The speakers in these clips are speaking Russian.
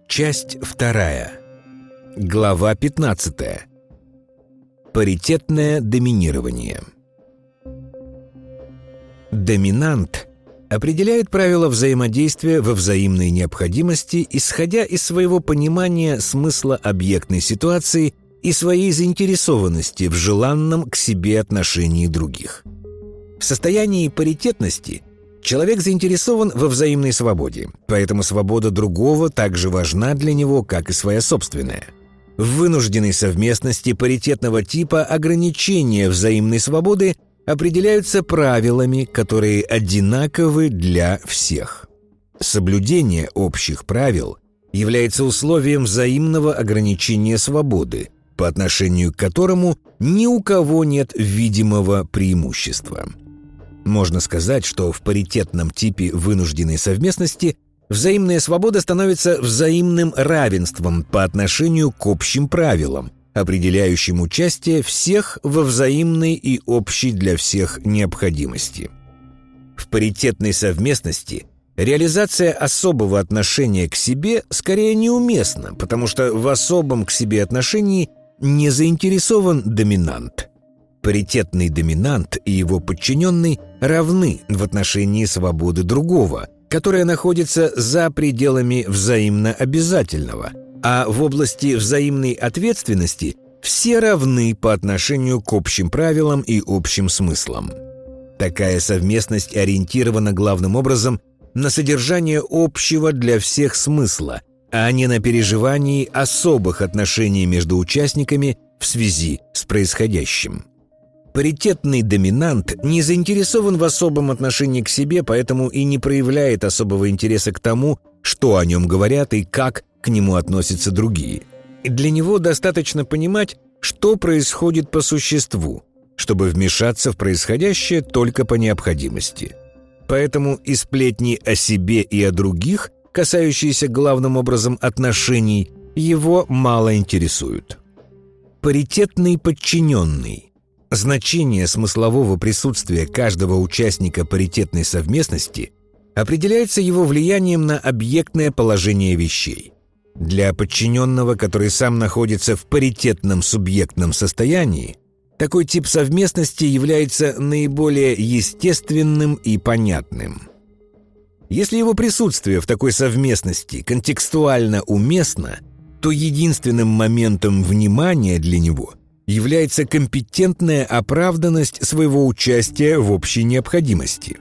Часть 2. Глава 15. Паритетное доминирование. Доминант определяет правила взаимодействия во взаимной необходимости, исходя из своего понимания смысла объектной ситуации и своей заинтересованности в желанном к себе отношении других. В состоянии паритетности человек заинтересован во взаимной свободе, поэтому свобода другого так же важна для него, как и своя собственная. В вынужденной совместности паритетного типа ограничения взаимной свободы определяются правилами, которые одинаковы для всех. Соблюдение общих правил является условием взаимного ограничения свободы, по отношению к которому ни у кого нет видимого преимущества. Можно сказать, что в паритетном типе вынужденной совместности взаимная свобода становится взаимным равенством по отношению к общим правилам, определяющим участие всех во взаимной и общей для всех необходимости. В паритетной совместности реализация особого отношения к себе скорее неуместна, потому что в особом к себе отношении не заинтересован доминант. Паритетный доминант и его подчиненный равны в отношении свободы другого, которая находится за пределами взаимно обязательного, а в области взаимной ответственности все равны по отношению к общим правилам и общим смыслам. Такая совместность ориентирована главным образом на содержание общего для всех смысла, а не на переживании особых отношений между участниками в связи с происходящим. Паритетный доминант не заинтересован в особом отношении к себе, поэтому и не проявляет особого интереса к тому, что о нем говорят и как к нему относятся другие. Для него достаточно понимать, что происходит по существу, чтобы вмешаться в происходящее только по необходимости. Поэтому и сплетни о себе и о других, касающиеся главным образом отношений, его мало интересуют. Паритетный подчиненный. Значение смыслового присутствия каждого участника паритетной совместности определяется его влиянием на объектное положение вещей. Для подчиненного, который сам находится в паритетном субъектном состоянии, такой тип совместности является наиболее естественным и понятным. Если его присутствие в такой совместности контекстуально уместно, то единственным моментом внимания для него является компетентная оправданность своего участия в общей необходимости.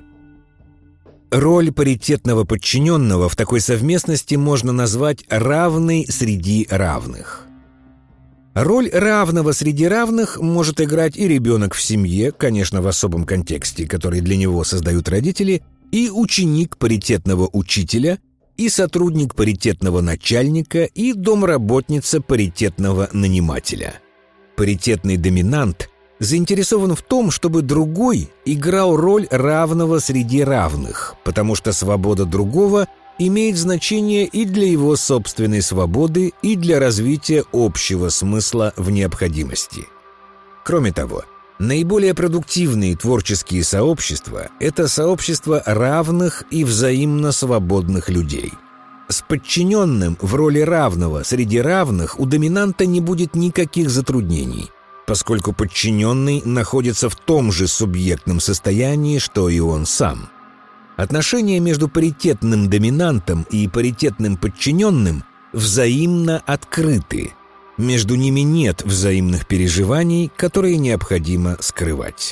Роль паритетного подчиненного в такой совместности можно назвать равной среди равных. Роль равного среди равных может играть и ребенок в семье, конечно, в особом контексте, который для него создают родители, и ученик паритетного учителя, и сотрудник паритетного начальника, и домработница паритетного нанимателя. Паритетный доминант заинтересован в том, чтобы другой играл роль равного среди равных, потому что свобода другого имеет значение и для его собственной свободы, и для развития общего смысла в необходимости. Кроме того, наиболее продуктивные творческие сообщества – это сообщества равных и взаимно свободных людей. С подчиненным в роли равного среди равных у доминанта не будет никаких затруднений, поскольку подчиненный находится в том же субъектном состоянии, что и он сам. Отношения между паритетным доминантом и паритетным подчиненным взаимно открыты. Между ними нет взаимных переживаний, которые необходимо скрывать.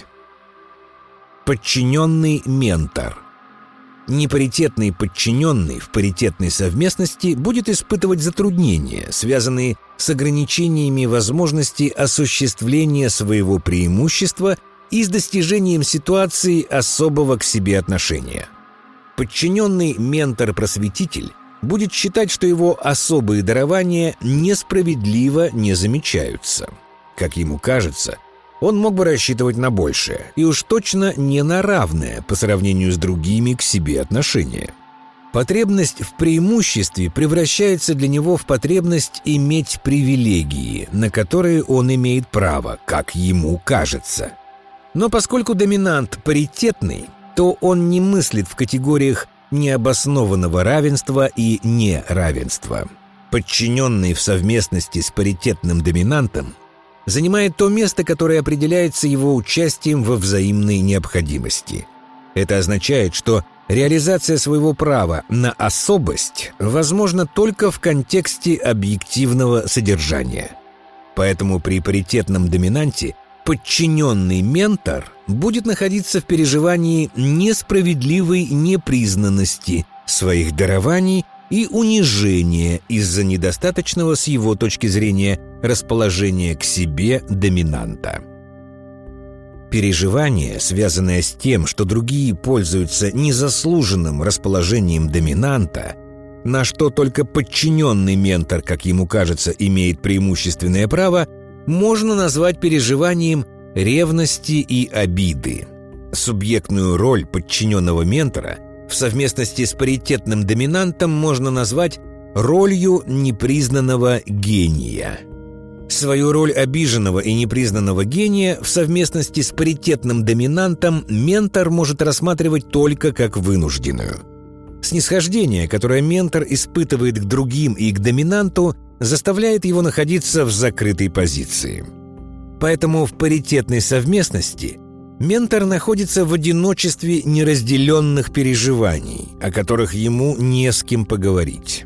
Подчиненный ментор. Непаритетный подчиненный в паритетной совместности будет испытывать затруднения, связанные с ограничениями возможности осуществления своего преимущества и с достижением ситуации особого к себе отношения. Подчиненный ментор-просветитель будет считать, что его особые дарования несправедливо не замечаются. Как ему кажется, он мог бы рассчитывать на большее, и уж точно не на равное по сравнению с другими к себе отношения. Потребность в преимуществе превращается для него в потребность иметь привилегии, на которые он имеет право, как ему кажется. Но поскольку доминант паритетный, то он не мыслит в категориях необоснованного равенства и неравенства. Подчиненный в совместности с паритетным доминантом занимает то место, которое определяется его участием во взаимной необходимости. Это означает, что реализация своего права на особость возможна только в контексте объективного содержания. Поэтому при паритетном доминанте подчиненный ментор будет находиться в переживании несправедливой непризнанности своих дарований и унижения из-за недостаточного с его точки зрения расположения к себе доминанта. Переживание, связанное с тем, что другие пользуются незаслуженным расположением доминанта, на что только подчиненный ментор, как ему кажется, имеет преимущественное право, можно назвать переживанием ревности и обиды. Субъектную роль подчиненного ментора в совместности с паритетным доминантом можно назвать ролью непризнанного гения. Свою роль обиженного и непризнанного гения в совместности с паритетным доминантом ментор может рассматривать только как вынужденную. Снисхождение, которое ментор испытывает к другим и к доминанту, заставляет его находиться в закрытой позиции. Поэтому в паритетной совместности ментор находится в одиночестве неразделенных переживаний, о которых ему не с кем поговорить.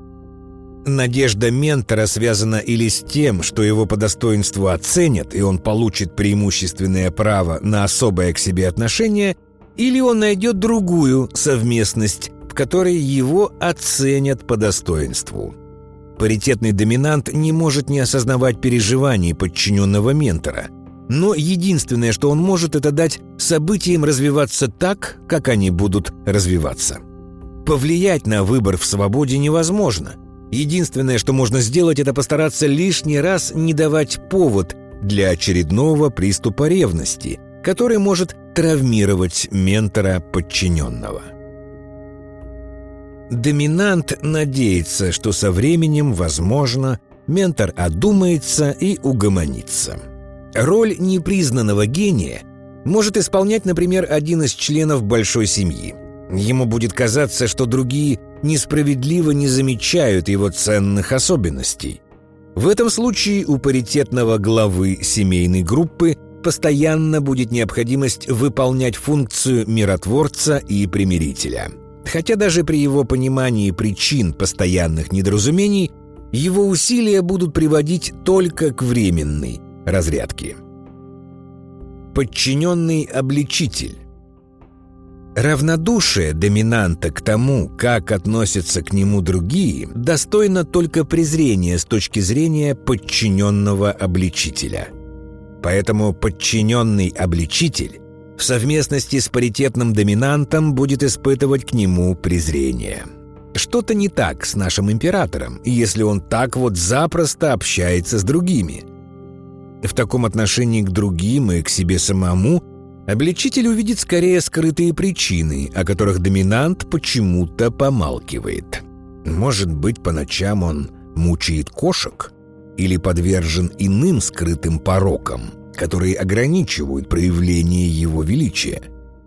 Надежда ментора связана или с тем, что его по достоинству оценят, и он получит преимущественное право на особое к себе отношение, или он найдет другую совместность, в которой его оценят по достоинству. Паритетный доминант не может не осознавать переживаний подчиненного ментора, но единственное, что он может, это дать событиям развиваться так, как они будут развиваться. Повлиять на выбор в свободе невозможно. Единственное, что можно сделать, это постараться лишний раз не давать повод для очередного приступа ревности, который может травмировать ментора подчиненного. Доминант надеется, что со временем, возможно, ментор одумается и угомонится. Роль непризнанного гения может исполнять, например, один из членов большой семьи. Ему будет казаться, что другие несправедливо не замечают его ценных особенностей. В этом случае у паритетного главы семейной группы постоянно будет необходимость выполнять функцию миротворца и примирителя. Хотя даже при его понимании причин постоянных недоразумений его усилия будут приводить только к временной разрядке. Подчиненный обличитель. Равнодушие доминанта к тому, как относятся к нему другие, достойно только презрения с точки зрения подчиненного обличителя. Поэтому подчиненный обличитель в совместности с паритетным доминантом будет испытывать к нему презрение. Что-то не так с нашим императором, если он так вот запросто общается с другими. В таком отношении к другим и к себе самому обличитель увидит скорее скрытые причины, о которых доминант почему-то помалкивает. Может быть, по ночам он мучает кошек или подвержен иным скрытым порокам, которые ограничивают проявление его величия.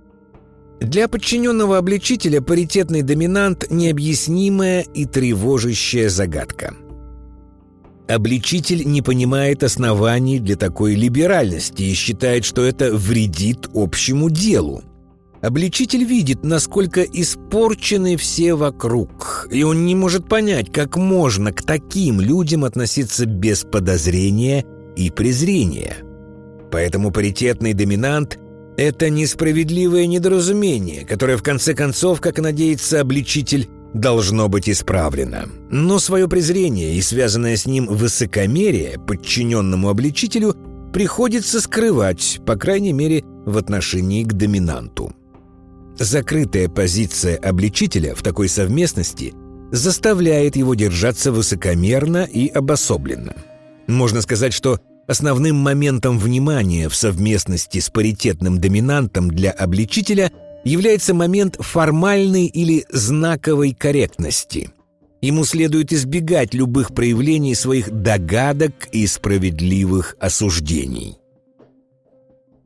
Для подчиненного обличителя паритетный доминант – необъяснимая и тревожащая загадка. Обличитель не понимает оснований для такой либеральности и считает, что это вредит общему делу. Обличитель видит, насколько испорчены все вокруг, и он не может понять, как можно к таким людям относиться без подозрения и презрения. Поэтому паритетный доминант – это несправедливое недоразумение, которое в конце концов, как надеется обличитель, должно быть исправлено. Но свое презрение и связанное с ним высокомерие подчиненному обличителю приходится скрывать, по крайней мере, в отношении к доминанту. Закрытая позиция обличителя в такой совместности заставляет его держаться высокомерно и обособленно. Можно сказать, что основным моментом внимания в совместности с паритетным доминантом для обличителя является момент формальной или знаковой корректности. Ему следует избегать любых проявлений своих догадок и справедливых осуждений.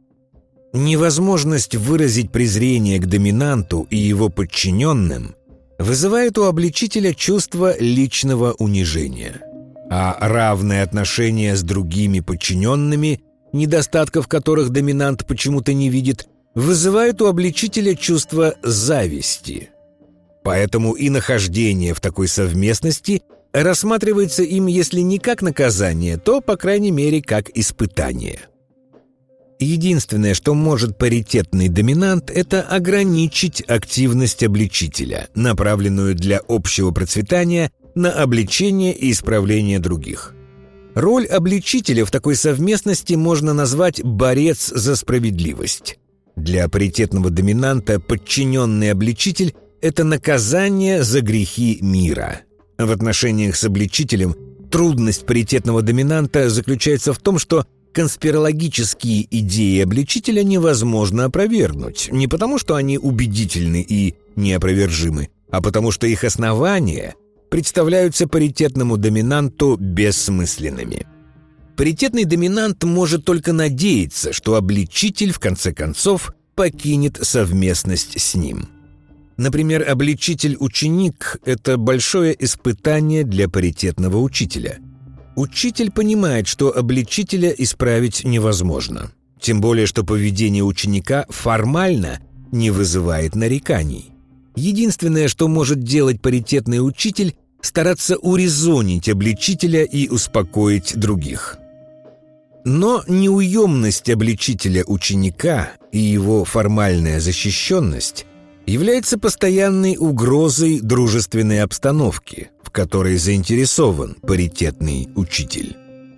Невозможность выразить презрение к доминанту и его подчиненным вызывает у обличителя чувство личного унижения, а равное отношение с другими подчиненными, недостатков которых доминант почему-то не видит, вызывает у обличителя чувство зависти. Поэтому и нахождение в такой совместности рассматривается им, если не как наказание, то, по крайней мере, как испытание. Единственное, что может паритетный доминант, это ограничить активность обличителя, направленную для общего процветания на обличение и исправление других. Роль обличителя в такой совместности можно назвать «борец за справедливость». Для паритетного доминанта подчиненный обличитель – это наказание за грехи мира. В отношениях с обличителем трудность паритетного доминанта заключается в том, что конспирологические идеи обличителя невозможно опровергнуть, не потому что они убедительны и неопровержимы, а потому что их основания представляются паритетному доминанту бессмысленными. Паритетный доминант может только надеяться, что обличитель, в конце концов, покинет совместность с ним. Например, обличитель-ученик – это большое испытание для паритетного учителя. Учитель понимает, что обличителя исправить невозможно. Тем более, что поведение ученика формально не вызывает нареканий. Единственное, что может делать паритетный учитель – стараться урезонить обличителя и успокоить других. Но неуемность обличителя ученика и его формальная защищенность является постоянной угрозой дружественной обстановки, в которой заинтересован паритетный учитель.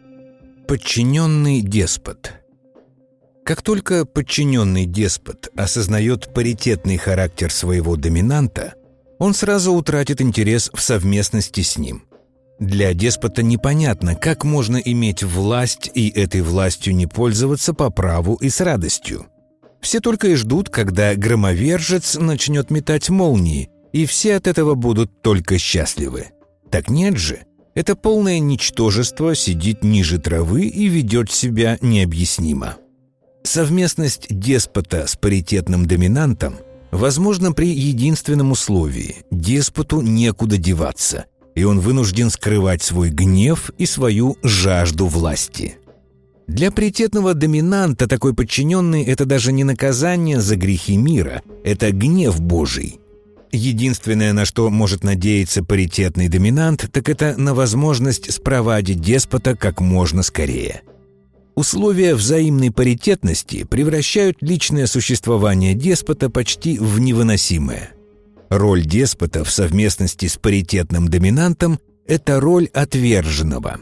Подчиненный деспот. Как только подчиненный деспот осознает паритетный характер своего доминанта, он сразу утратит интерес в совместности с ним. Для деспота непонятно, как можно иметь власть и этой властью не пользоваться по праву и с радостью. Все только и ждут, когда громовержец начнет метать молнии, и все от этого будут только счастливы. Так нет же, это полное ничтожество сидит ниже травы и ведет себя необъяснимо. Совместность деспота с паритетным доминантом возможна при единственном условии – деспоту некуда деваться, и он вынужден скрывать свой гнев и свою жажду власти. Для паритетного доминанта такой подчиненный – это даже не наказание за грехи мира, это гнев Божий. Единственное, на что может надеяться паритетный доминант, так это на возможность спровадить деспота как можно скорее. Условия взаимной паритетности превращают личное существование деспота почти в невыносимое. Роль деспота в совместности с паритетным доминантом – это роль отверженного.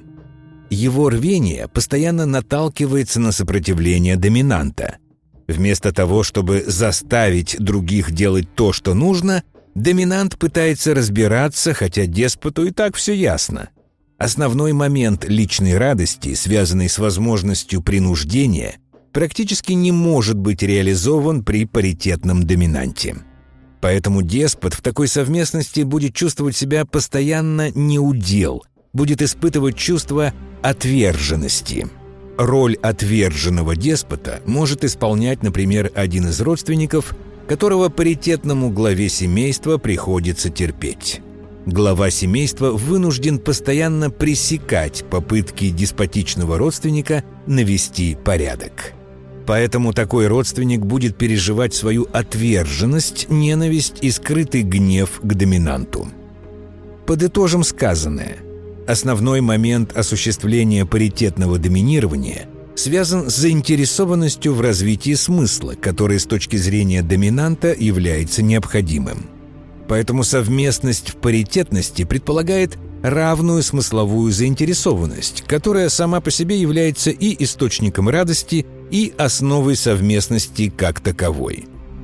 Его рвение постоянно наталкивается на сопротивление доминанта. Вместо того, чтобы заставить других делать то, что нужно, доминант пытается разбираться, хотя деспоту и так все ясно. Основной момент личной радости, связанный с возможностью принуждения, практически не может быть реализован при паритетном доминанте. Поэтому деспот в такой совместности будет чувствовать себя постоянно неудел, будет испытывать чувство отверженности. Роль отверженного деспота может исполнять, например, один из родственников, которого паритетному главе семейства приходится терпеть. Глава семейства вынужден постоянно пресекать попытки деспотичного родственника навести порядок. Поэтому такой родственник будет переживать свою отверженность, ненависть и скрытый гнев к доминанту. Подытожим сказанное. Основной момент осуществления паритетного доминирования связан с заинтересованностью в развитии смысла, который с точки зрения доминанта является необходимым. Поэтому совместность в паритетности предполагает равную смысловую заинтересованность, которая сама по себе является и источником радости, и основой совместности как таковой.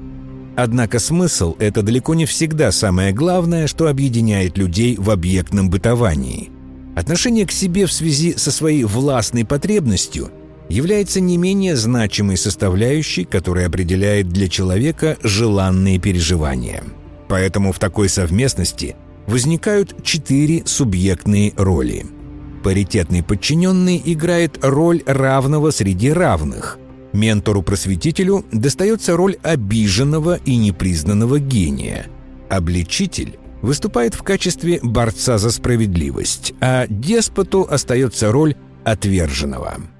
Однако смысл – это далеко не всегда самое главное, что объединяет людей в объектном бытовании. Отношение к себе в связи со своей властной потребностью является не менее значимой составляющей, которая определяет для человека желанные переживания. Поэтому в такой совместности возникают 4 субъектные роли. Паритетный подчиненный играет роль равного среди равных. Ментору-просветителю достается роль обиженного и непризнанного гения. Обличитель выступает в качестве борца за справедливость, а деспоту остается роль отверженного.